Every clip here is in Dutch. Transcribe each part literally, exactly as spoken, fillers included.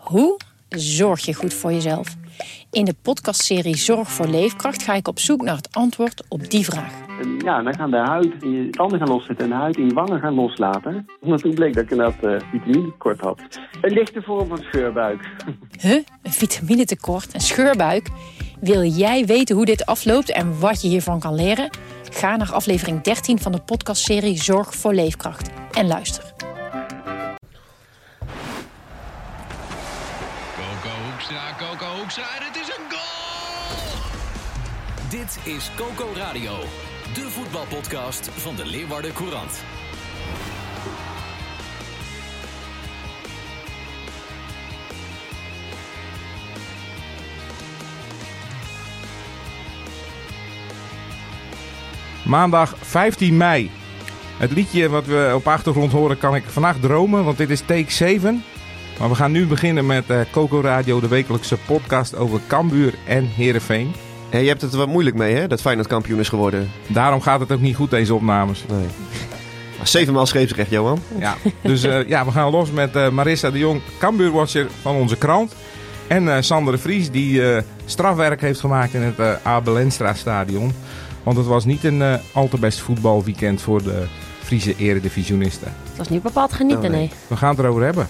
Hoe zorg je goed voor jezelf? In de podcastserie Zorg voor Leefkracht ga ik op zoek naar het antwoord op die vraag. En ja, dan gaan de huid in je tanden gaan loszetten en de huid in je wangen gaan loslaten. Omdat toen bleek dat ik inderdaad uh, vitaminetekort had. Een lichte vorm van scheurbuik. Huh? Een vitaminetekort? Een scheurbuik? Wil jij weten hoe dit afloopt en wat je hiervan kan leren? Ga naar aflevering dertien van de podcastserie Zorg voor Leefkracht en luister. Coco Hoekstra, Coco Hoekstra, het is een goal! Dit is Coco Radio, de voetbalpodcast van de Leeuwarden Courant. Maandag vijftien mei. Het liedje wat we op achtergrond horen kan ik vannacht dromen, want dit is take zeven. Maar we gaan nu beginnen met uh, Coco Radio, de wekelijkse podcast over Cambuur en Heerenveen. Hey, je hebt het er wat moeilijk mee, hè? Dat Feyenoord kampioen is geworden. Daarom gaat het ook niet goed, deze opnames. Nee. Zevenmaal scheepsrecht, Johan. Ja, dus uh, ja, we gaan los met uh, Marissa de Jong, Cambuurwatcher van onze krant. En uh, Sander de Vries, die uh, strafwerk heeft gemaakt in het uh, Abel Enstra stadion. Want het was niet een uh, al te best voetbalweekend voor de Friese eredivisionisten. Het was niet bepaald genieten, oh, nee. nee. We gaan het erover hebben.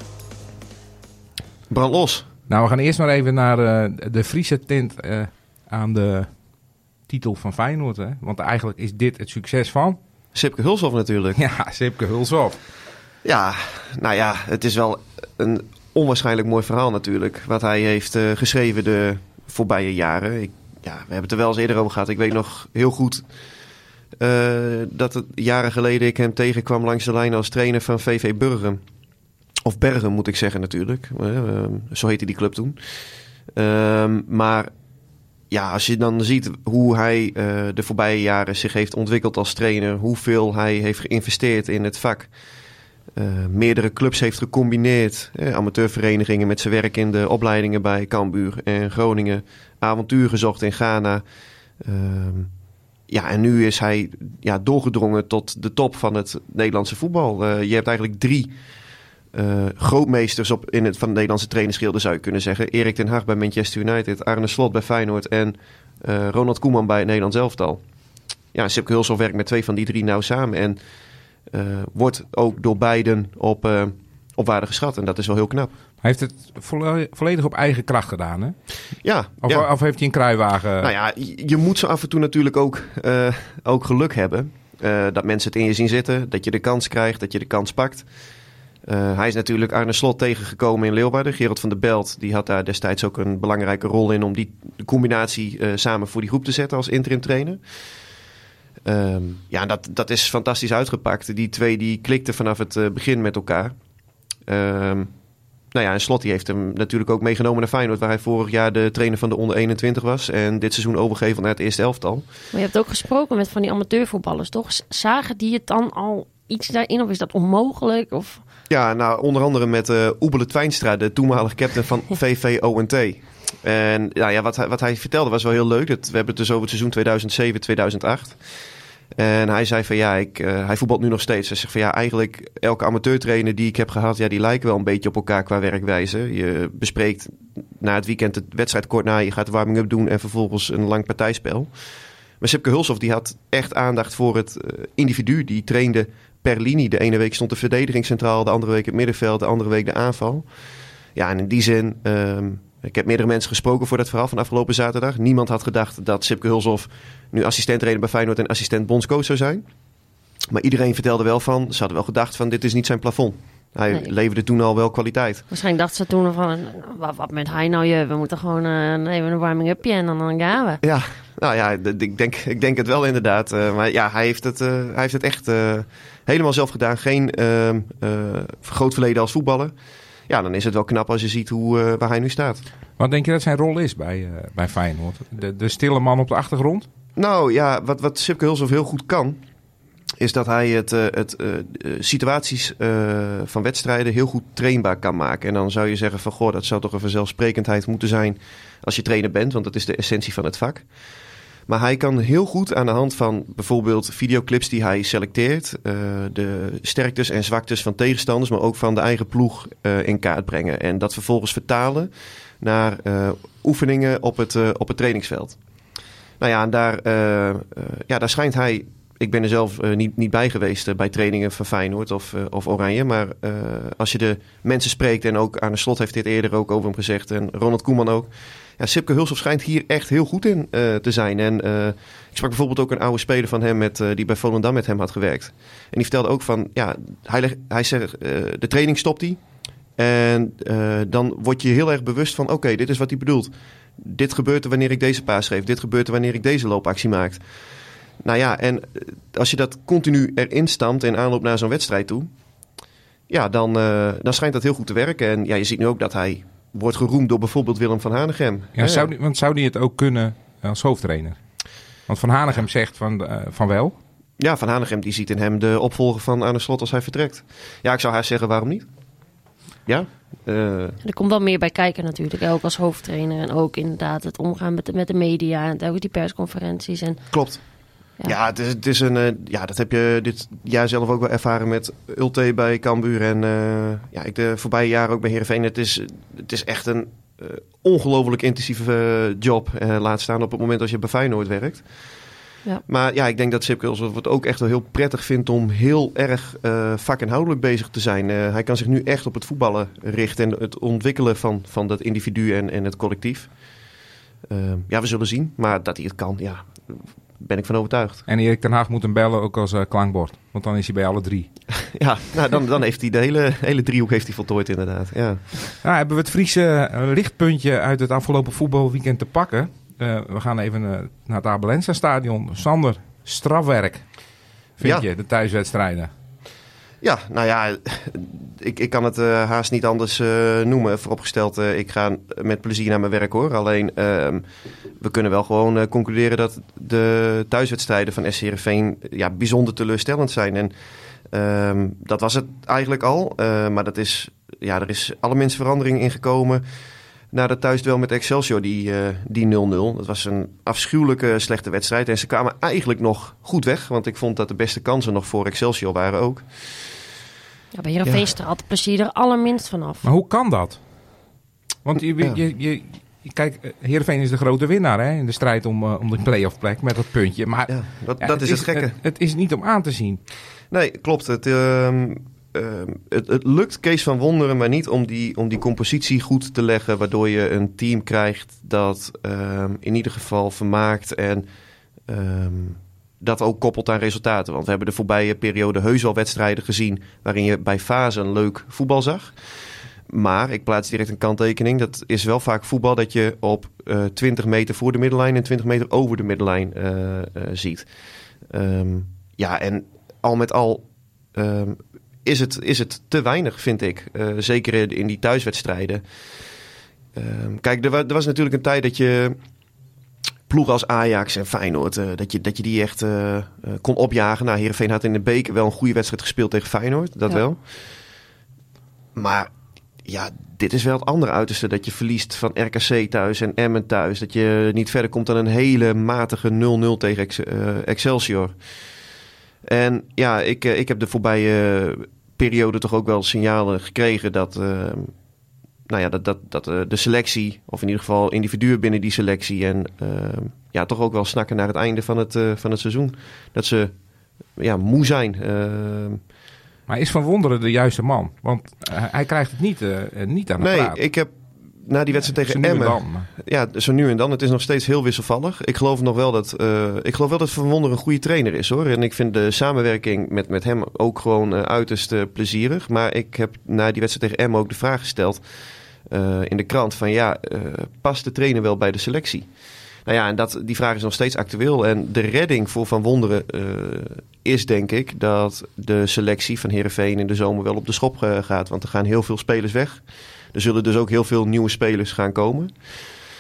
Brand los. Nou, we gaan eerst maar even naar uh, de Friese tint uh, aan de titel van Feyenoord. Hè? Want eigenlijk is dit het succes van... Sipke Hulshoff natuurlijk. Ja, Sipke Hulshoff. Ja, nou ja, het is wel een onwaarschijnlijk mooi verhaal natuurlijk. Wat hij heeft uh, geschreven de voorbije jaren. Ik, ja, we hebben het er wel eens eerder over gehad. Ik weet nog heel goed uh, dat het jaren geleden ik hem tegenkwam langs de lijn als trainer van V V Burgum. Of Bergen moet ik zeggen natuurlijk. Uh, uh, zo heette die club toen. Uh, maar ja, als je dan ziet hoe hij uh, de voorbije jaren zich heeft ontwikkeld als trainer. Hoeveel hij heeft geïnvesteerd in het vak. Uh, meerdere clubs heeft gecombineerd. Uh, amateurverenigingen met zijn werk in de opleidingen bij Cambuur en Groningen. Avontuur gezocht in Ghana. Uh, ja, en nu is hij ja, doorgedrongen tot de top van het Nederlandse voetbal. Uh, je hebt eigenlijk drie uh, grootmeesters op, in het, van de Nederlandse trainersgilde, zou je kunnen zeggen. Erik ten Hag bij Manchester United, Arne Slot bij Feyenoord en uh, Ronald Koeman bij het Nederlands elftal. Ja, Sipke Hulshoff werkt met twee van die drie nauw samen en uh, wordt ook door beiden op, uh, op waarde geschat. En dat is wel heel knap. Hij heeft het volle- volledig op eigen kracht gedaan, hè? Ja. Of, ja. of heeft hij een kruiwagen? Nou ja, je, je moet zo af en toe natuurlijk ook, uh, ook geluk hebben. Uh, dat mensen het in je zien zitten, dat je de kans krijgt, dat je de kans pakt. Uh, hij is natuurlijk Arne Slot tegengekomen in Leeuwarden. Gerard van der Belt die had daar destijds ook een belangrijke rol in om die de combinatie uh, samen voor die groep te zetten als interim trainer. Um, ja, dat, dat is fantastisch uitgepakt. Die twee die klikten vanaf het uh, begin met elkaar. Um, nou ja, en Slot die heeft hem natuurlijk ook meegenomen naar Feyenoord, waar hij vorig jaar de trainer van de onder eenentwintig was. En dit seizoen overgegeven naar het eerste elftal. Maar je hebt ook gesproken met van die amateurvoetballers, toch? Zagen die het dan al iets daarin of is dat onmogelijk? Of... Ja, nou onder andere met uh, Oebele Twijnstra, de toenmalige captain van V V O N T. En nou ja, wat, hij, wat hij vertelde was wel heel leuk. Dat, we hebben het dus over het seizoen tweeduizend zeven tweeduizend acht. En hij zei van ja, ik, uh, hij voetbalt nu nog steeds. Hij zegt van ja, eigenlijk elke amateurtrainer die ik heb gehad, ja, die lijken wel een beetje op elkaar qua werkwijze. Je bespreekt na het weekend de wedstrijd kort na, je gaat de warming-up doen en vervolgens een lang partijspel. Maar Sipke Hulshoff die had echt aandacht voor het uh, individu. Die trainde per linie. De ene week stond de verdediging centraal, de andere week het middenveld, de andere week de aanval. Ja, en in die zin... Um, Ik heb meerdere mensen gesproken voor dat verhaal van afgelopen zaterdag. Niemand had gedacht dat Sipke Hulshoff nu assistent-trainer bij Feyenoord en assistent-bondscoach zou zijn. Maar iedereen vertelde wel van, ze hadden wel gedacht van dit is niet zijn plafond. Hij nee. leverde toen al wel kwaliteit. Waarschijnlijk dachten ze toen van, wat, wat met hij nou je? We moeten gewoon uh, even een warming-upje en dan, dan gaan we. Ja, nou ja, ik denk, ik denk het wel inderdaad. Uh, maar ja, hij heeft het, uh, hij heeft het echt uh, helemaal zelf gedaan. Geen uh, uh, groot verleden als voetballer. Ja, dan is het wel knap als je ziet hoe, uh, waar hij nu staat. Wat denk je dat zijn rol is bij, uh, bij Feyenoord? De, de stille man op de achtergrond? Nou ja, wat, wat Sipke Hulshoff heel goed kan, is dat hij het, uh, het uh, situaties uh, van wedstrijden heel goed trainbaar kan maken. En dan zou je zeggen van, goh, dat zou toch een vanzelfsprekendheid moeten zijn als je trainer bent, want dat is de essentie van het vak. Maar hij kan heel goed aan de hand van bijvoorbeeld videoclips die hij selecteert, uh, de sterktes en zwaktes van tegenstanders, maar ook van de eigen ploeg uh, in kaart brengen. En dat vervolgens vertalen naar uh, oefeningen op het, uh, op het trainingsveld. Nou ja, en daar, uh, uh, ja, daar schijnt hij... Ik ben er zelf uh, niet, niet bij geweest uh, bij trainingen van Feyenoord of, uh, of Oranje. Maar uh, als je de mensen spreekt, en ook Arne Slot heeft dit eerder ook over hem gezegd, en Ronald Koeman ook. Ja, Sipke Hulshoff schijnt hier echt heel goed in uh, te zijn. En uh, ik sprak bijvoorbeeld ook een oude speler van hem met, uh, die bij Volendam met hem had gewerkt. En die vertelde ook van, ja, hij, hij zegt, uh, de training stopt hij. En uh, dan word je heel erg bewust van, oké, okay, dit is wat hij bedoelt. Dit gebeurt er wanneer ik deze paas geef. Dit gebeurt er wanneer ik deze loopactie maak. Nou ja, en als je dat continu erin stampt in aanloop naar zo'n wedstrijd toe, ja, dan, uh, dan schijnt dat heel goed te werken. En ja, je ziet nu ook dat hij wordt geroemd door bijvoorbeeld Willem van Hanegem. Ja, zou die, want zou die het ook kunnen als hoofdtrainer? Want Van Hanegem zegt van, uh, van wel. Ja, Van Hanegem die ziet in hem de opvolger van Arne Slot als hij vertrekt. Ja, ik zou haar zeggen, waarom niet? Ja. Uh... Er komt wel meer bij kijken natuurlijk, ook als hoofdtrainer. En ook inderdaad het omgaan met de, met de media en ook die persconferenties. En... Klopt. Ja, ja, het is, het is een, uh, ja, dat heb je dit jaar zelf ook wel ervaren met Ulte bij Cambuur. En uh, ja, ik de voorbije jaren ook bij Heerenveen. Het is, het is echt een uh, ongelooflijk intensieve uh, job. Uh, laat staan op het moment als je bij Feyenoord werkt. Ja. Maar ja, ik denk dat Sipke Hulshoff het ook echt wel heel prettig vindt om heel erg uh, vakinhoudelijk bezig te zijn. Uh, hij kan zich nu echt op het voetballen richten en het ontwikkelen van, van dat individu en, en het collectief. Uh, ja, we zullen zien. Maar dat hij het kan, ja, ben ik van overtuigd. En Erik ten Hag moet hem bellen ook als uh, klankbord. Want dan is hij bij alle drie. Ja, nou, dan, dan heeft hij de hele, hele driehoek heeft hij voltooid inderdaad. Ja. Nou, hebben we het Friese uh, lichtpuntje uit het afgelopen voetbalweekend te pakken. Uh, we gaan even uh, naar het Abelensta stadion. Sander, strafwerk vind ja. je, de thuiswedstrijden? Ja, nou ja, ik, ik kan het uh, haast niet anders uh, noemen. Vooropgesteld, uh, ik ga met plezier naar mijn werk hoor. Alleen, uh, we kunnen wel gewoon uh, concluderen dat de thuiswedstrijden van S C Heerenveen ja, bijzonder teleurstellend zijn. En uh, dat was het eigenlijk al. Uh, maar dat is, ja, er is allerminst verandering in gekomen na dat thuisduel met Excelsior, die, uh, die nul nul. Dat was een afschuwelijke slechte wedstrijd. En ze kwamen eigenlijk nog goed weg. Want ik vond dat de beste kansen nog voor Excelsior waren ook. Ja, bij Heerenveen straalt het plezier er allerminst vanaf. Maar hoe kan dat? Want je, je, je, je, kijk, Heerenveen is de grote winnaar hè, in de strijd om, uh, om de play-off plek met dat puntje. Maar ja, dat, ja, dat het is het gekke. Het, het is niet om aan te zien. Nee, klopt. Het, uh, uh, het, het lukt Kees van Wonderen maar niet om die, om die compositie goed te leggen, waardoor je een team krijgt dat uh, in ieder geval vermaakt en Uh, dat ook koppelt aan resultaten. Want we hebben de voorbije periode heus wel wedstrijden gezien waarin je bij fase een leuk voetbal zag. Maar, ik plaats direct een kanttekening, dat is wel vaak voetbal dat je op uh, twintig meter voor de middenlijn en twintig meter over de middenlijn uh, uh, ziet. Um, ja, en al met al um, is, het, is het te weinig, vind ik. Uh, zeker in die thuiswedstrijden. Um, kijk, er, wa- er was natuurlijk een tijd dat je ploegen als Ajax en Feyenoord, uh, dat, je, dat je die echt uh, uh, kon opjagen. Nou, Heerenveen had in de beker wel een goede wedstrijd gespeeld tegen Feyenoord, dat ja. wel. Maar ja, dit is wel het andere uiterste. Dat je verliest van R K C thuis en Emmen thuis. Dat je niet verder komt dan een hele matige nul nul tegen Ex- uh, Excelsior. En ja, ik, uh, ik heb de voorbije periode toch ook wel signalen gekregen dat Uh, Nou ja, dat, dat, dat uh, de selectie, of in ieder geval individuen binnen die selectie, en uh, ja, toch ook wel snakken naar het einde van het, uh, van het seizoen. Dat ze ja, moe zijn. Uh, maar is Van Wonderen de juiste man? Want uh, hij krijgt het niet, uh, niet aan de nee, praat. Nee, ik heb na die wedstrijd ja, tegen Emmen. Dan, maar... Ja, zo nu en dan. Het is nog steeds heel wisselvallig. Ik geloof nog wel dat uh, ik geloof wel dat Van Wonderen een goede trainer is, hoor. En ik vind de samenwerking met, met hem ook gewoon uh, uiterst uh, plezierig. Maar ik heb na die wedstrijd tegen Emmen ook de vraag gesteld Uh, in de krant van ja, uh, past de trainer wel bij de selectie? Nou ja, en dat, die vraag is nog steeds actueel. En de redding voor Van Wonderen uh, is denk ik dat de selectie van Heerenveen in de zomer wel op de schop uh, gaat. Want er gaan heel veel spelers weg. Er zullen dus ook heel veel nieuwe spelers gaan komen.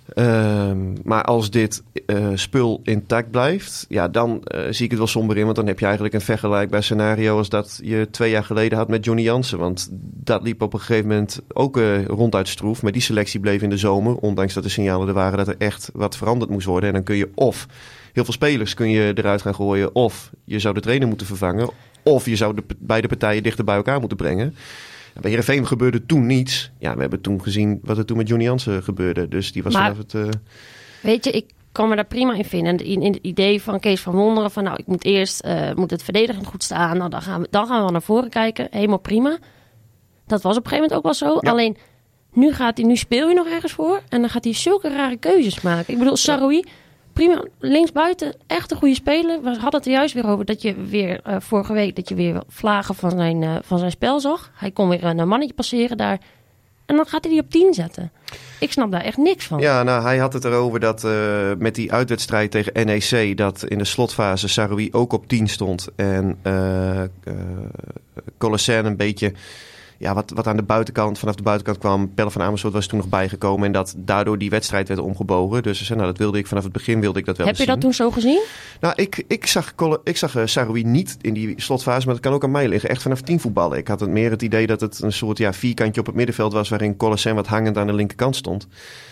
Um, maar als dit uh, spul intact blijft, ja, dan uh, zie ik het wel somber in. Want dan heb je eigenlijk een vergelijkbaar scenario als dat je twee jaar geleden had met Johnny Jansen. Want dat liep op een gegeven moment ook uh, ronduit stroef. Maar die selectie bleef in de zomer, ondanks dat de signalen er waren dat er echt wat veranderd moest worden. En dan kun je of heel veel spelers kun je eruit gaan gooien, of je zou de trainer moeten vervangen, of je zou de beide partijen dichter bij elkaar moeten brengen. Bij Heerenveen gebeurde toen niets. Ja, we hebben toen gezien wat er toen met Johnny Jansen gebeurde. Dus die was maar, vanaf het... Uh... Weet je, ik kan me daar prima in vinden. In, in het idee van Kees van Wonderen van... nou, ik moet eerst uh, moet het verdedigend goed staan. Nou, dan gaan, we, dan gaan we wel naar voren kijken. Helemaal prima. Dat was op een gegeven moment ook wel zo. Ja. Alleen, nu, gaat hij, nu speel je nog ergens voor. En dan gaat hij zulke rare keuzes maken. Ik bedoel, Saroui... Prima, linksbuiten, echt een goede speler. We hadden het er juist weer over dat je weer uh, vorige week dat je weer vlagen van zijn, uh, van zijn spel zag. Hij kon weer een mannetje passeren daar. En dan gaat hij die op tien zetten. Ik snap daar echt niks van. Ja, nou, hij had het erover dat uh, met die uitwedstrijd tegen N E C... dat in de slotfase Saroui ook op tien stond. En uh, uh, Colossijn een beetje... Ja, wat, wat aan de buitenkant, vanaf de buitenkant kwam. Pelle van Amersfoort was toen nog bijgekomen. En dat daardoor die wedstrijd werd omgebogen. Dus nou, dat wilde ik vanaf het begin wilde ik dat wel Heb eens je dat zien. toen zo gezien? Nou, ik, ik zag, ik zag uh, Saroui niet in die slotfase. Maar dat kan ook aan mij liggen. Echt vanaf tien voetballen. Ik had het meer het idee dat het een soort ja, vierkantje op het middenveld was. Waarin Colossijn wat hangend aan de linkerkant stond.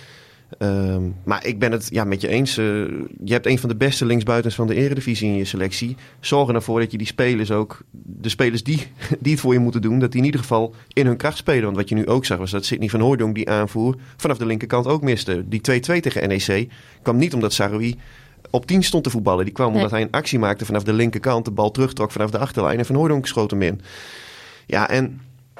Um, maar ik ben het ja, met je eens. Uh, je hebt een van de beste linksbuitens van de Eredivisie in je selectie. Zorg ervoor dat je die spelers ook... De spelers die, die het voor je moeten doen... dat die in ieder geval in hun kracht spelen. Want wat je nu ook zag was dat Sidney van Hooijdonk die aanvoer... vanaf de linkerkant ook miste. Die twee-twee tegen N E C kwam niet omdat Saroui op tien stond te voetballen. Die kwam nee. omdat hij een actie maakte vanaf de linkerkant. De bal terugtrok vanaf de achterlijn. En Van Hooijdonk schoot hem in. Ja, en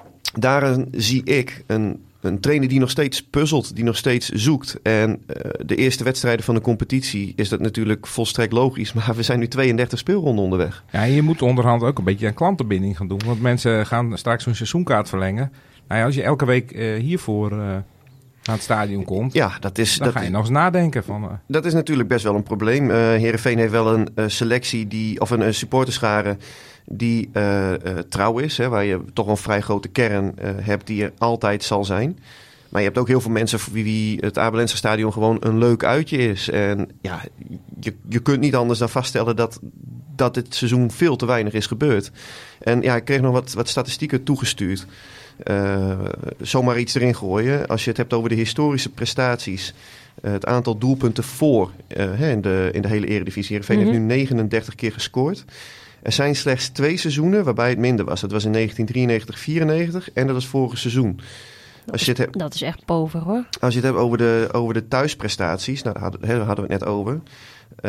daarin zie ik een... Een trainer die nog steeds puzzelt, die nog steeds zoekt. En uh, de eerste wedstrijden van de competitie is dat natuurlijk volstrekt logisch. Maar we zijn nu tweeëndertig speelronden onderweg. Ja, en je moet onderhand ook een beetje aan klantenbinding gaan doen. Want mensen gaan straks hun seizoenkaart verlengen. Nou ja, als je elke week uh, hiervoor uh, naar het stadion komt... Ja, dat is, dan dat ga je is, nog eens nadenken. Van, uh... Dat is natuurlijk best wel een probleem. Uh, Heerenveen heeft wel een uh, selectie die, of een uh, supporterschare... die uh, uh, trouw is, hè, waar je toch wel een vrij grote kern uh, hebt die er altijd zal zijn. Maar je hebt ook heel veel mensen voor wie het Abelense stadion gewoon een leuk uitje is. En ja, je, je kunt niet anders dan vaststellen dat, dat dit seizoen veel te weinig is gebeurd. En ja, ik kreeg nog wat, wat statistieken toegestuurd. Uh, zomaar iets erin gooien. Als je het hebt over de historische prestaties... Uh, het aantal doelpunten voor uh, in, de, in de hele Eredivisie. Heerenveen mm-hmm. heeft nu negenendertig keer gescoord... Er zijn slechts twee seizoenen waarbij het minder was. Dat was in negentien drieënnegentig vierennegentig en dat was vorig seizoen. Als je het hebt, dat is echt pover hoor. Als je het hebt over de, over de thuisprestaties, nou, daar hadden, daar hadden we het net over. Uh,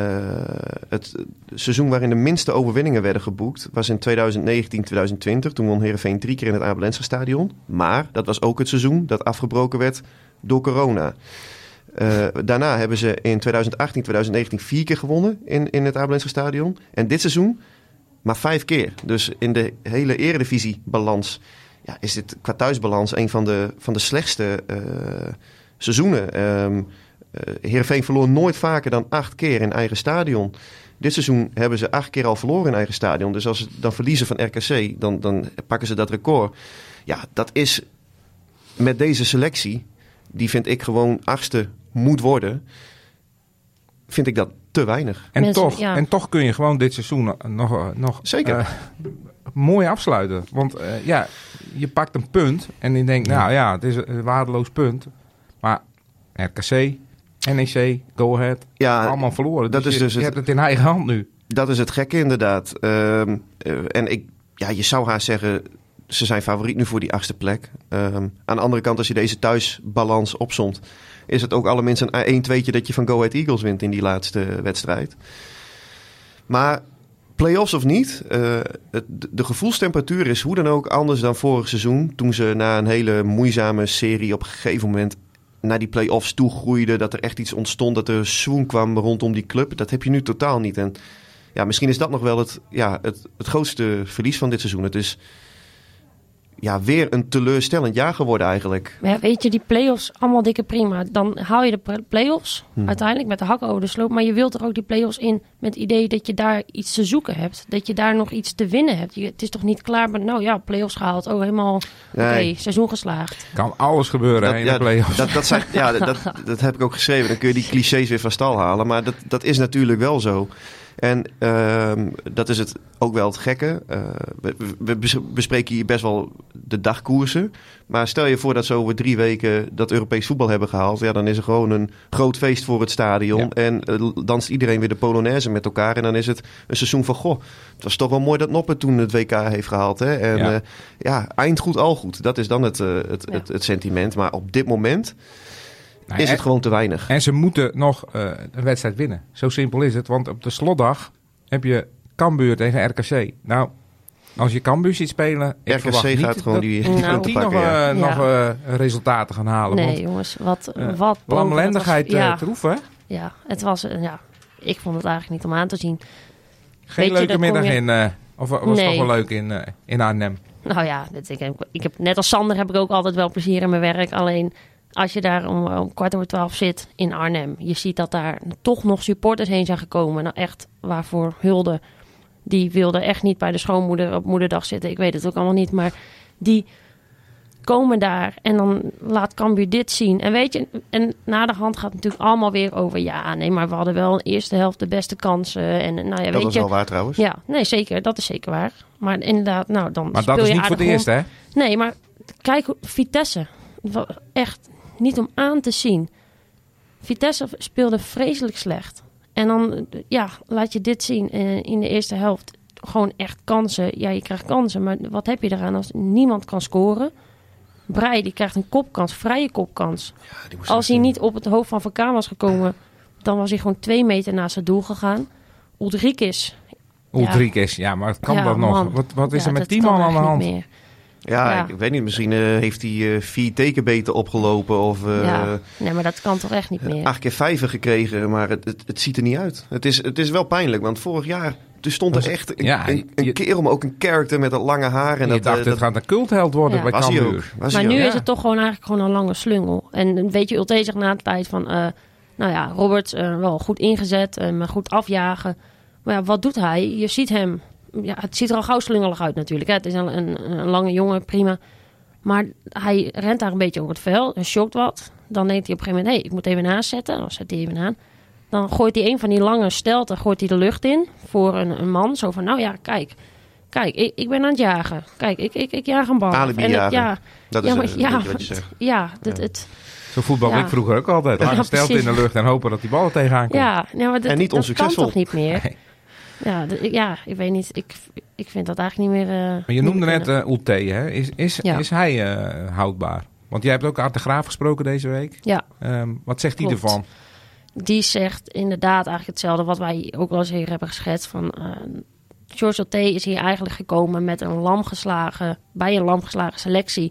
het seizoen waarin de minste overwinningen werden geboekt was in twintig negentien twintig twintig. Toen won Heerenveen drie keer in het Abelense stadion. Maar dat was ook het seizoen dat afgebroken werd door corona. Uh, daarna hebben ze in twintig achttien twintig negentien vier keer gewonnen in, in het Abelense stadion. En dit seizoen... maar vijf keer. Dus in de hele Eredivisie-balans ja, is dit qua thuisbalans een van de, van de slechtste uh, seizoenen. Um, uh, Heerenveen verloor nooit vaker dan acht keer in eigen stadion. Dit seizoen hebben ze acht keer al verloren in eigen stadion. Dus als ze dan verliezen van R K C, dan, dan pakken ze dat record. Ja, dat is met deze selectie, die vind ik gewoon achtste moet worden, vind ik dat te weinig. En, Mensen, toch, ja. en toch kun je gewoon dit seizoen nog, nog Zeker. Uh, mooi afsluiten. Want uh, ja, je pakt een punt en je denkt, nou ja, het is een waardeloos punt. Maar R K C, N E C, Go Ahead, ja, allemaal verloren. Dat dus is je, dus je het, hebt het in eigen hand nu. Dat is het gekke inderdaad. Uh, uh, en ik, ja, je zou haar zeggen, ze zijn favoriet nu voor die achtste plek. Um, aan de andere kant, als je deze thuisbalans opsomt, is het ook allerminst een één tweetje dat je van Go Ahead Eagles wint in die laatste wedstrijd. Maar play-offs of niet, uh, het, de gevoelstemperatuur is hoe dan ook anders dan vorig seizoen. Toen ze na een hele moeizame serie op een gegeven moment naar die play-offs toe groeiden. Dat er echt iets ontstond, dat er swoon kwam rondom die club. Dat heb je nu totaal niet. En ja, misschien is dat nog wel het, ja, het, het grootste verlies van dit seizoen. Het is ja, weer een teleurstellend jaar geworden eigenlijk. Maar ja, weet je, die play-offs, allemaal dikke prima. Dan haal je de play-offs hmm. uiteindelijk met de hakken over de sloop. Maar je wilt er ook die play-offs in met het idee dat je daar iets te zoeken hebt. Dat je daar nog iets te winnen hebt. Je, het is toch niet klaar met, nou ja, play-offs gehaald. Oh, helemaal, oké, Nee. okay, seizoen geslaagd. Kan alles gebeuren hè, in de ja, play-offs. dat, dat, zijn, ja, dat, dat heb ik ook geschreven. Dan kun je die clichés weer van stal halen. Maar dat, dat is natuurlijk wel zo. En uh, dat is het ook wel het gekke. Uh, we, we bespreken hier best wel de dagkoersen. Maar stel je voor dat ze over drie weken dat Europees voetbal hebben gehaald. Ja, dan is er gewoon een groot feest voor het stadion. Ja. En uh, danst iedereen weer de Polonaise met elkaar. En dan is het een seizoen van, goh, het was toch wel mooi dat Noppen toen het W K heeft gehaald. Hè? En ja, uh, ja eind goed, al goed. Dat is dan het, uh, het, ja. het, het sentiment. Maar op dit moment... Nou, is het gewoon te weinig. En ze moeten nog uh, een wedstrijd winnen. Zo simpel is het. Want op de slotdag heb je Cambuur tegen R K C. Nou, als je Cambuur ziet spelen... R K C gaat niet gewoon dat, die, die nou, punten die pakken. nog, Ja. uh, Ja. nog uh, resultaten gaan halen. Nee, want, jongens, wat... Uh, wat lamlendigheid ja. uh, troef, hè? Ja, het was... Uh, ja, ik vond het eigenlijk niet om aan te zien. Geen Weet leuke je, middag je... in... Uh, of was het nee. toch wel leuk in, uh, in Arnhem? Nou ja, dat, ik, heb, ik heb, net als Sander heb ik ook altijd wel plezier in mijn werk. Alleen... Als je daar om, om kwart over twaalf zit in Arnhem. Je ziet dat daar toch nog supporters heen zijn gekomen. Nou echt, waarvoor Hulde. Die wilde echt niet bij de schoonmoeder op moederdag zitten. Ik weet het ook allemaal niet. Maar die komen daar. En dan laat Cambuur dit zien. En weet je, en na de hand gaat het natuurlijk allemaal weer over. Ja, nee, maar we hadden wel in de eerste helft de beste kansen. En, nou ja, dat weet is je, wel waar trouwens. Ja, nee, zeker. Dat is zeker waar. Maar inderdaad, nou dan Maar speel dat is je niet voor het aardig eerst, rond. hè? Nee, maar kijk, Vitesse. Echt niet om aan te zien. Vitesse speelde vreselijk slecht. En dan ja, laat je dit zien uh, in de eerste helft. Gewoon echt kansen. Ja, je krijgt kansen. Maar wat heb je eraan als niemand kan scoren? Breij, die krijgt een kopkans. Vrije kopkans. Ja, die moest als hij doen. niet op het hoofd van Van Kaan was gekomen... dan was hij gewoon twee meter naast het doel gegaan. Ulrikis. Ulrikis, ja. ja, maar het kan ja, dat nog. man. Wat, wat is ja, er met dat die kan man aan de eigenlijk hand? niet meer. Ja, Ja. ik weet niet. Misschien uh, heeft hij uh, vier tekenbeten opgelopen of uh, Ja, nee, maar dat kan toch echt niet meer. acht keer vijven gekregen. Maar het, het, het ziet er niet uit. Het is, het is wel pijnlijk, want vorig jaar toen stond er echt een, Ja, een, een je- kerel, maar ook een character met dat lange haar. En En je dat, dacht, uh, dit dat gaat een cultheld worden Ja. bij was hij ook. Cambuur. Was Maar hij nu ook. is het toch gewoon eigenlijk gewoon een lange slungel. En weet je, Ulte zegt na de tijd van... Uh, nou ja, Robert uh, wel goed ingezet, uh, maar goed afjagen. Maar ja, wat doet hij? Je ziet hem... Ja, het ziet er al gauw slungelig uit natuurlijk. Hè. Het is een, een, een lange jongen, prima. Maar hij rent daar een beetje over het veld. Hij shockt wat. Dan denkt hij op een gegeven moment... hé, hey, ik moet even aanzetten. Dan zet hij even aan. Dan gooit hij een van die lange stelten gooit hij de lucht in voor een, een man. Zo van, nou ja, kijk. Kijk, ik, ik ben aan het jagen. Kijk, ik, ik, ik jaag een bal. Alibi En het- jagen. ja, Dat is ja, maar, uh, ja, een beetje wat je zegt. ja, dit, het... Zo voetbal Ja. ik vroeger ook altijd. Lang Ja, stelt in precies. de lucht en hopen dat die bal er tegenaan komt. Ja, ja maar dat, En niet dat onsuccesvol. kan toch niet meer? Nee. Ja, d- ik- ja, ik weet niet. Ik, ik vind dat eigenlijk niet meer... uh, Maar je noemde net uh, Ulte, hè? Is, is, Ja. is hij uh, houdbaar? Want jij hebt ook Art de Graaf gesproken deze week. Ja, Um, wat zegt hij Klopt. ervan? die zegt inderdaad eigenlijk hetzelfde wat wij ook wel eens hier hebben geschetst. Van, uh, George Ulte is hier eigenlijk gekomen met een lamgeslagen, bij een lamgeslagen selectie.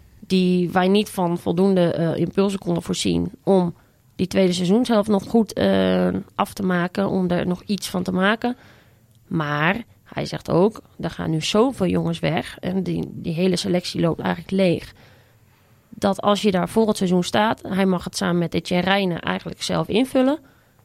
Die wij niet van voldoende uh, impulsen konden voorzien om die tweede seizoenshelft nog goed uh, af te maken. Om er nog iets van te maken. Maar hij zegt ook, er gaan nu zoveel jongens weg. En die, die hele selectie loopt eigenlijk leeg. Dat als je daar voor het seizoen staat... hij mag het samen met Etienne Rijnen eigenlijk zelf invullen...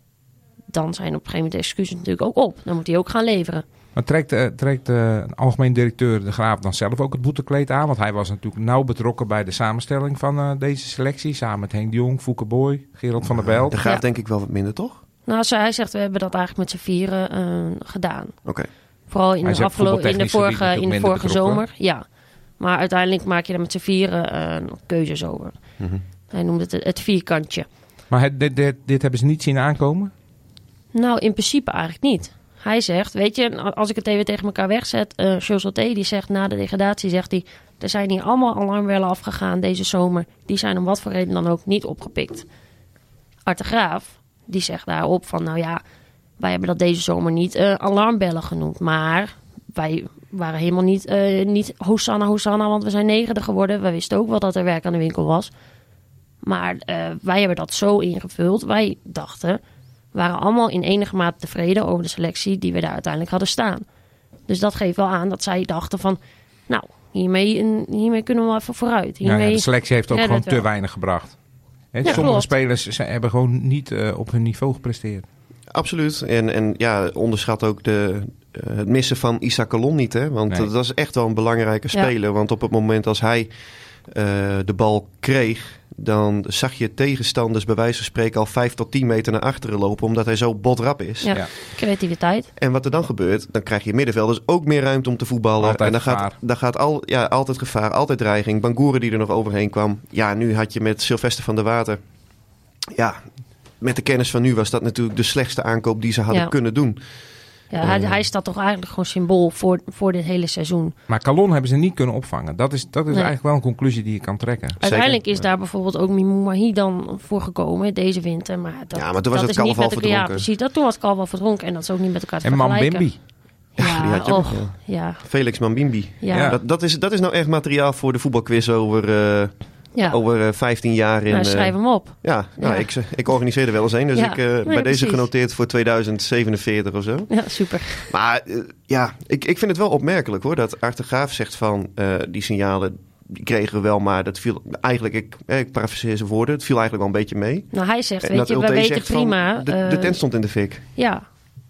dan zijn op een gegeven moment de excuses natuurlijk ook op. Dan moet hij ook gaan leveren. Maar trekt, uh, trekt uh, algemeen directeur De Graaf dan zelf ook het boetekleed aan? Want hij was natuurlijk nauw betrokken bij de samenstelling van uh, deze selectie. Samen met Henk de Jong, Fouke Boy, Gerald van der Belt. De Graaf Ja. denk ik wel wat minder, toch? Nou, zo- hij zegt, we hebben dat eigenlijk met z'n vieren uh, gedaan. Oké. Vooral in Hij de, is op afgelo- in de voetbaltechnisch gebied vorige, in de natuurlijk vorige minder betrokken. zomer. Ja. Maar uiteindelijk maak je er met z'n vieren uh, nog keuzes over. Mhm. Hij noemde het het vierkantje. Maar het, dit, dit, dit hebben ze niet zien aankomen? Nou, in principe eigenlijk niet. Hij zegt, weet je, als ik het even tegen elkaar wegzet... Uh, Jules Sauté, die zegt na de degradatie, zegt hij... er zijn hier allemaal alarmbellen afgegaan deze zomer. Die zijn om wat voor reden dan ook niet opgepikt. Art de Graaf, die zegt daarop van... nou ja, wij hebben dat deze zomer niet uh, alarmbellen genoemd. Maar wij waren helemaal niet, uh, niet Hosanna, Hosanna... want we zijn negende geworden. We wisten ook wel dat er werk aan de winkel was. Maar uh, wij hebben dat zo ingevuld. Wij dachten... waren allemaal in enige mate tevreden over de selectie die we daar uiteindelijk hadden staan. Dus dat geeft wel aan dat zij dachten van... nou, hiermee, hiermee kunnen we wel even vooruit. Ja, ja, Hiermee de selectie heeft ook redden gewoon het wel. te weinig gebracht. Hè, Ja, sommige klopt. spelers ze hebben gewoon niet uh, op hun niveau gepresteerd. Absoluut. En, en ja, onderschat ook de, uh, het missen van Issa Kalon niet. Hè? Want Nee. dat is echt wel een belangrijke Ja. speler. Want op het moment als hij uh, de bal kreeg, dan zag je tegenstanders bij wijze van spreken al vijf tot tien meter naar achteren lopen. Omdat hij zo botrap is. Ja. Ja. Creativiteit. En wat er dan gebeurt, dan krijg je middenvelders ook meer ruimte om te voetballen. Altijd en dan gevaar. gaat, dan gaat al, ja, altijd gevaar, altijd dreiging. Bangoeren die er nog overheen kwam. Ja, nu had je met Sylvester van der Water. Ja, met de kennis van nu was dat natuurlijk de slechtste aankoop die ze hadden Ja. kunnen doen. Ja, hij, Eh. hij staat toch eigenlijk gewoon symbool voor, voor dit hele seizoen. Maar Calon hebben ze niet kunnen opvangen. Dat is, dat is Nee. eigenlijk wel een conclusie die je kan trekken. Uiteindelijk is daar bijvoorbeeld ook Mimou Mahi dan voor gekomen deze winter. Maar dat, Ja, maar toen was dat het is niet kalf al met elkaar. Ja, verdronken. precies. Dat, toen was het kalf al verdronken en dat is ook niet met elkaar te En vergelijken. Mambimbi. Ja, die had je ook, och, ja. Felix Mambimbi. Ja. Ja. Dat, dat, is, dat is nou echt materiaal voor de voetbalquiz over, uh, Ja. over uh, vijftien jaar. In, Nou, schrijf hem op. uh, ja, nou, Ja. Ik, ik organiseer er wel eens een. Dus Ja. ik uh, Nee, bij deze precies. genoteerd voor tweeduizend zevenenveertig of zo. Ja, super. Maar uh, ja, ik, ik vind het wel opmerkelijk hoor. Dat Arthur Graaf zegt van uh, die signalen die kregen we wel. Maar dat viel eigenlijk, ik, eh, ik parafraseer zijn woorden. Het viel eigenlijk wel een beetje mee. Nou, hij zegt, En weet dat je, we Ulte weten zegt van, prima. de, de eh, tent stond in de fik. Ja.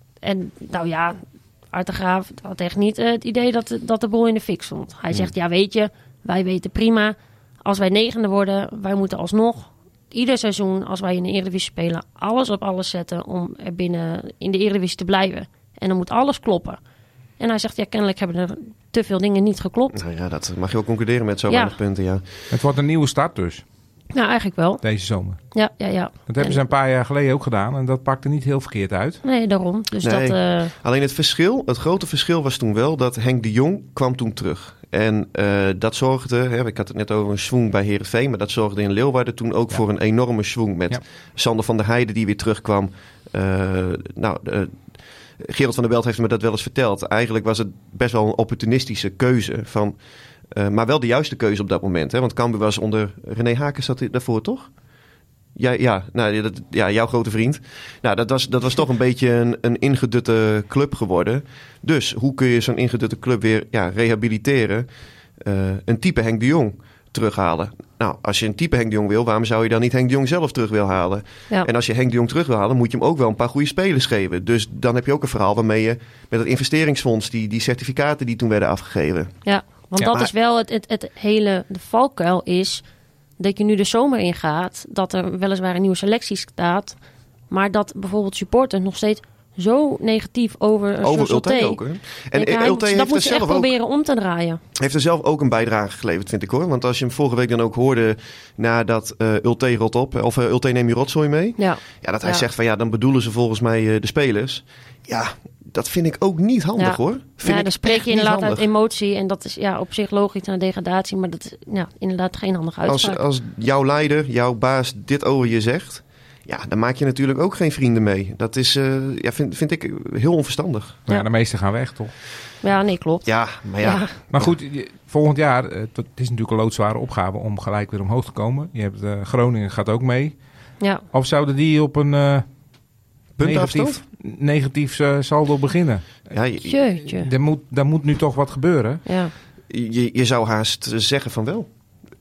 En nou ja, Arthur Graaf had echt niet uh, het idee dat, dat de bol in de fik stond. Hij zegt, ja weet je, wij weten prima. Als wij negende worden, wij moeten alsnog ieder seizoen, als wij in de Eredivisie spelen, alles op alles zetten om er binnen in de Eredivisie te blijven. En dan moet alles kloppen. En hij zegt, ja kennelijk hebben er te veel dingen niet geklopt. Nou ja, dat mag je ook concluderen met zo Ja. weinig punten. Ja. Het wordt een nieuwe start dus, Nou, eigenlijk wel. deze zomer. Ja, ja, ja. Dat hebben En- ze een paar jaar geleden ook gedaan. En dat pakte niet heel verkeerd uit. Nee, daarom. Dus Nee. dat... eh, Alleen het verschil, het grote verschil was toen wel dat Henk de Jong kwam toen terug. En uh, dat zorgde, hè, ik had het net over een schwung bij Heerenveen, maar dat zorgde in Leeuwarden toen ook Ja. voor een enorme schwung met Ja. Sander van der Heijden die weer terugkwam. Uh, nou, uh, Gerald van der Belt heeft me dat wel eens verteld. Eigenlijk was het best wel een opportunistische keuze van, uh, maar wel de juiste keuze op dat moment. Hè? Want Cambuur was onder René Haken zat daarvoor toch? Ja, ja, nou, dat, ja, jouw grote vriend. Nou, dat was, dat was toch een beetje een, een ingedutte club geworden. Dus hoe kun je zo'n ingedutte club weer ja, rehabiliteren? Uh, een type Henk de Jong terughalen. Nou, als je een type Henk de Jong wil, waarom zou je dan niet Henk de Jong zelf terug wil halen? ja. En als je Henk de Jong terug wil halen, moet je hem ook wel een paar goede spelers geven. Dus dan heb je ook een verhaal waarmee je met het investeringsfonds, die, die certificaten die toen werden afgegeven. Ja, want Ja, dat maar- is wel het, het, het hele... De valkuil is dat je nu de zomer ingaat, dat er weliswaar een nieuwe selectie staat, maar dat bijvoorbeeld supporters nog steeds zo negatief over uh, Over Jules Ulte Ulte. ook. Hè? En Kijk, hij- Ulte dat heeft moet er je echt zelf ook... proberen om te draaien. Heeft er zelf ook een bijdrage geleverd, vind ik hoor. Want als je hem vorige week dan ook hoorde nadat uh, Ulte rot op, of uh, Ulte neem je rotzooi mee. Ja, Ja, dat hij Ja. zegt van ja, dan bedoelen ze volgens mij uh, de spelers. Ja, dat vind ik ook niet handig Ja. hoor. Vind ja ik dan spreek echt je niet inderdaad uit handig. emotie en dat is ja, op zich logisch naar degradatie, maar dat is ja, inderdaad geen handige Als, uitspraak. als jouw leider, jouw baas dit over je zegt, ja, dan maak je natuurlijk ook geen vrienden mee. Dat is, uh, ja, vind, vind ik heel onverstandig. Maar ja, Ja. de meesten gaan weg, toch? Ja, nee, klopt. Ja, maar ja. Ja. Maar goed, je- volgend jaar, eh, het is natuurlijk een loodzware opgave om gelijk weer omhoog te komen. Je hebt uh, Groningen gaat ook mee. Ja. Of zouden die op een uh, Puntafstand? negatief, negatief uh, saldo beginnen? Ja, je, Jeetje. Er moet, daar moet nu toch wat gebeuren. Ja. je, je zou haast zeggen van wel.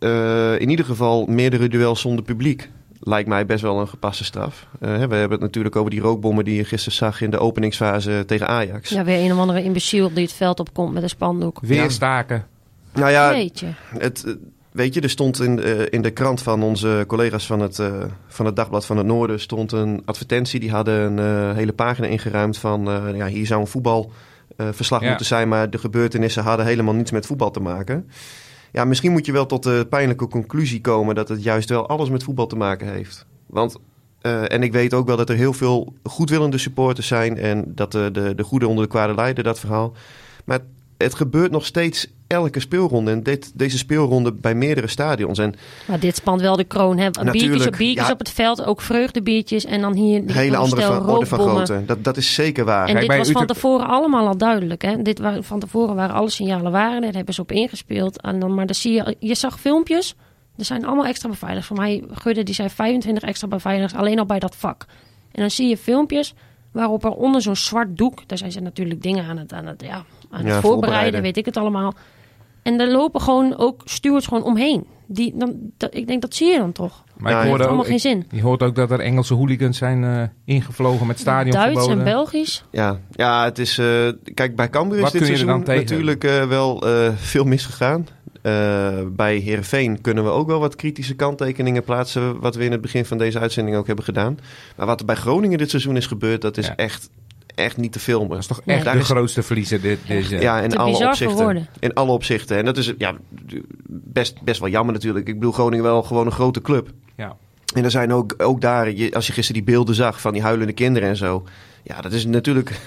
Uh, in ieder geval meerdere duels zonder publiek. Lijkt mij best wel een gepaste straf. Uh, we hebben het natuurlijk over die rookbommen die je gisteren zag in de openingsfase tegen Ajax. ja, weer een of andere imbeciel die het veld opkomt met een spandoek. Weer Ja. staken. Nou ja, Jeetje. het, uh, weet je, er stond in, uh, in de krant van onze collega's van het, uh, van het Dagblad van het Noorden stond een advertentie. Die hadden een uh, hele pagina ingeruimd van uh, ja, hier zou een voetbalverslag uh, Ja. moeten zijn, maar de gebeurtenissen hadden helemaal niets met voetbal te maken. Ja, misschien moet je wel tot de pijnlijke conclusie komen dat het juist wel alles met voetbal te maken heeft. Want, uh, en ik weet ook wel dat er heel veel goedwillende supporters zijn en dat de, de, de goede onder de kwade lijden, dat verhaal. Maar het, het gebeurt nog steeds elke speelronde en dit, deze speelronde bij meerdere stadions. En Maar dit spant wel de kroon. Hè? Biertjes, Natuurlijk, op, biertjes ja. op het veld, ook vreugdebiertjes. En dan hier die hele andere stel van, orde van rookbommen. grootte. Dat, dat is zeker waar. En Kijk, dit bij was van Utrecht- tevoren allemaal al duidelijk. Hè? Dit waren, van tevoren waren alle signalen waren. Daar hebben ze op ingespeeld. En dan, maar dan zie je, je zag filmpjes. Er zijn allemaal extra beveiligers. Voor mij, Gudde, die zei vijfentwintig extra beveiligers. Alleen al bij dat vak. En dan zie je filmpjes waarop er onder zo'n zwart doek. Daar zijn ze natuurlijk dingen aan het, aan het, ja, aan het Ja, voorbereiden, voorbereiden. weet ik het allemaal. En er lopen gewoon ook stewards gewoon omheen. Die, dan, dat, ik denk, dat zie je dan toch. Maar Ja, ik je hoorde heeft ook, allemaal geen ik- zin. je hoort ook dat er Engelse hooligans zijn uh, ingevlogen met stadionverboden. Duits en Belgisch. Ja, ja het is... Uh, kijk, bij Cambuur is Wat dit kun je er seizoen dan tegen? natuurlijk uh, wel uh, veel misgegaan. Uh, bij Heerenveen kunnen we ook wel wat kritische kanttekeningen plaatsen, wat we in het begin van deze uitzending ook hebben gedaan. Maar wat er bij Groningen dit seizoen is gebeurd, dat is Ja. echt, echt niet te filmen. Dat is toch Nee. echt Daar de is- grootste verliezer. Dit, deze. Ja, in Te alle bizar voor opzichten. woorden. In alle opzichten. En dat is ja, best, best wel jammer natuurlijk. Ik bedoel, Groningen wel gewoon een grote club. Ja. En er zijn ook, ook daar, je, als je gisteren die beelden zag van die huilende kinderen en zo. Ja, dat is natuurlijk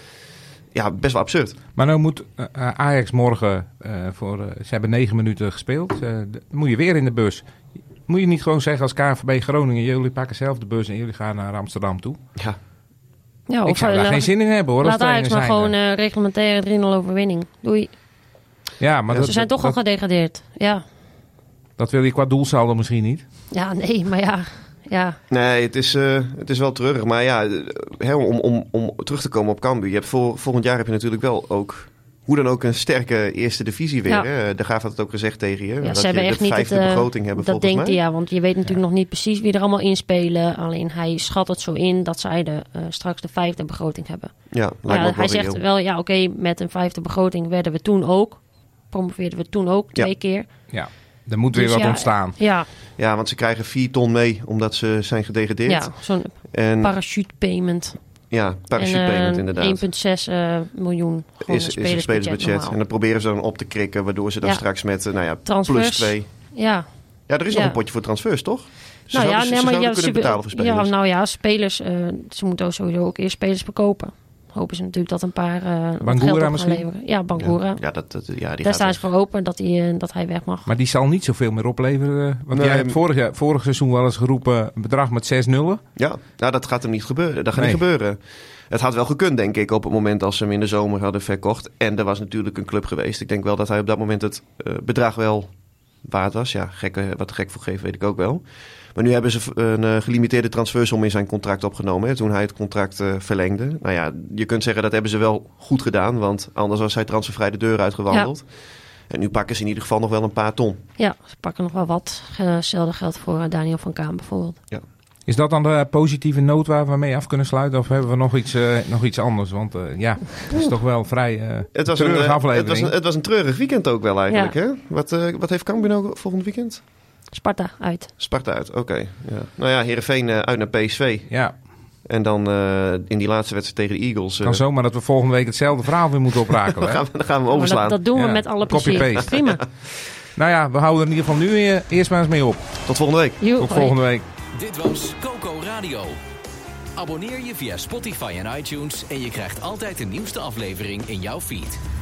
ja, best wel absurd. Maar nou moet uh, Ajax morgen, uh, voor, uh, ze hebben negen minuten gespeeld. Uh, dan moet je weer in de bus. Moet je niet gewoon zeggen als K N V B Groningen, jullie pakken zelf de bus en jullie gaan naar Amsterdam toe? Ja, Ja, Ik zou daar laat- geen zin in hebben hoor. als Laat Ajax maar trainer gewoon zijnde. uh, reglementaire drie nul overwinning. Doei. Ja, maar Ja, dat, Ze zijn toch al dat, gedegradeerd. Ja. dat wil je qua doelsaldo misschien niet. Ja, nee, maar ja. Ja, nee, het is, uh, het is wel treurig. Maar ja, hè, om, om, om terug te komen op Cambuur. Je hebt voor, volgend jaar heb je natuurlijk wel ook, hoe dan ook, een sterke eerste divisie weer. Ja. Hè? De Graaf had het ook gezegd tegen je. ja dat ze hebben je echt de niet vijfde het, uh, begroting hebben dat volgens denkt mij. hij, ja. Want je weet natuurlijk nog niet precies wie er allemaal inspelen. Alleen hij schat het zo in dat zij de, uh, straks de vijfde begroting hebben. Ja, lijkt me Ja, ook wel hij zegt reëel. wel, ja oké, okay, met een vijfde begroting werden we toen ook. Promoveerden we toen ook, twee Ja. keer. Ja, er moet weer Dus wat ja, ontstaan. Ja, Ja, want ze krijgen vier ton mee omdat ze zijn gedegradeerd. ja zo'n En parachute payment. ja, parachute en, uh, payment inderdaad. één komma zes uh, miljoen. Gewoon Is, een is een spelersbudget spelersbudget. normaal. En dat proberen ze dan op te krikken, waardoor ze dan Ja. straks met uh, nou ja, Transfers. plus twee. Ja, Ja, er is Ja. nog een potje voor transfers, toch? Ze nou zouden, ja, ze nee, maar zouden ja, kunnen ze- betalen voor spelers. Ja, nou ja, spelers, uh, ze moeten ook sowieso ook eerst spelers verkopen. Hopen ze natuurlijk dat een paar uh, wat Bangura geld op gaan misschien? leveren. Ja, Bangura. Ja, ja, dat, dat, ja die Daar gaat staan weg. ze voor open dat hij, uh, dat hij weg mag. Maar die zal niet zoveel meer opleveren. uh, Want Nee, jij hebt vorig, jaar, vorig seizoen wel eens geroepen een bedrag met zes nullen. Ja, nou dat gaat hem niet gebeuren. Dat gaat Nee. niet gebeuren. Het had wel gekund, denk ik, op het moment als ze hem in de zomer hadden verkocht. En er was natuurlijk een club geweest. Ik denk wel dat hij op dat moment het uh, bedrag wel waard was. Ja, gekke, wat er gek voor geeft, weet ik ook wel. Maar nu hebben ze een uh, gelimiteerde transfersom in zijn contract opgenomen. Hè, toen hij het contract uh, verlengde. Nou ja, je kunt zeggen dat hebben ze wel goed gedaan. Want anders was hij transfervrij de deur uitgewandeld. Ja. En nu pakken ze in ieder geval nog wel een paar ton. Ja, ze pakken nog wel wat. Hetzelfde geldt voor uh, Daniel van Kaam bijvoorbeeld. Ja. Is dat dan de positieve noot waar we mee af kunnen sluiten? Of hebben we nog iets, uh, nog iets anders? Want uh, ja, het is toch wel vrij uh, het was een treurige uh, aflevering. Het was een, het was een treurig weekend ook wel eigenlijk. Ja. Hè? Wat, uh, wat heeft Cambuur nou volgend weekend? Sparta uit. Sparta uit, oké. Okay, ja. Nou ja, Heerenveen uh, uit naar P S V. Ja. En dan uh, in die laatste wedstrijd tegen de Eagles. Het kan uh, zomaar dat we volgende week hetzelfde verhaal weer moeten oprakelen. dan, gaan we, dan gaan we hem Ja, overslaan. dat, dat doen we Ja. met alle plezier. Copy-paste. Prima. Nou ja, we houden er in ieder geval nu uh, eerst maar eens mee op. Tot volgende week. Joe, Tot hoi. volgende week. Dit was Coco Radio. Abonneer je via Spotify en iTunes en je krijgt altijd de nieuwste aflevering in jouw feed.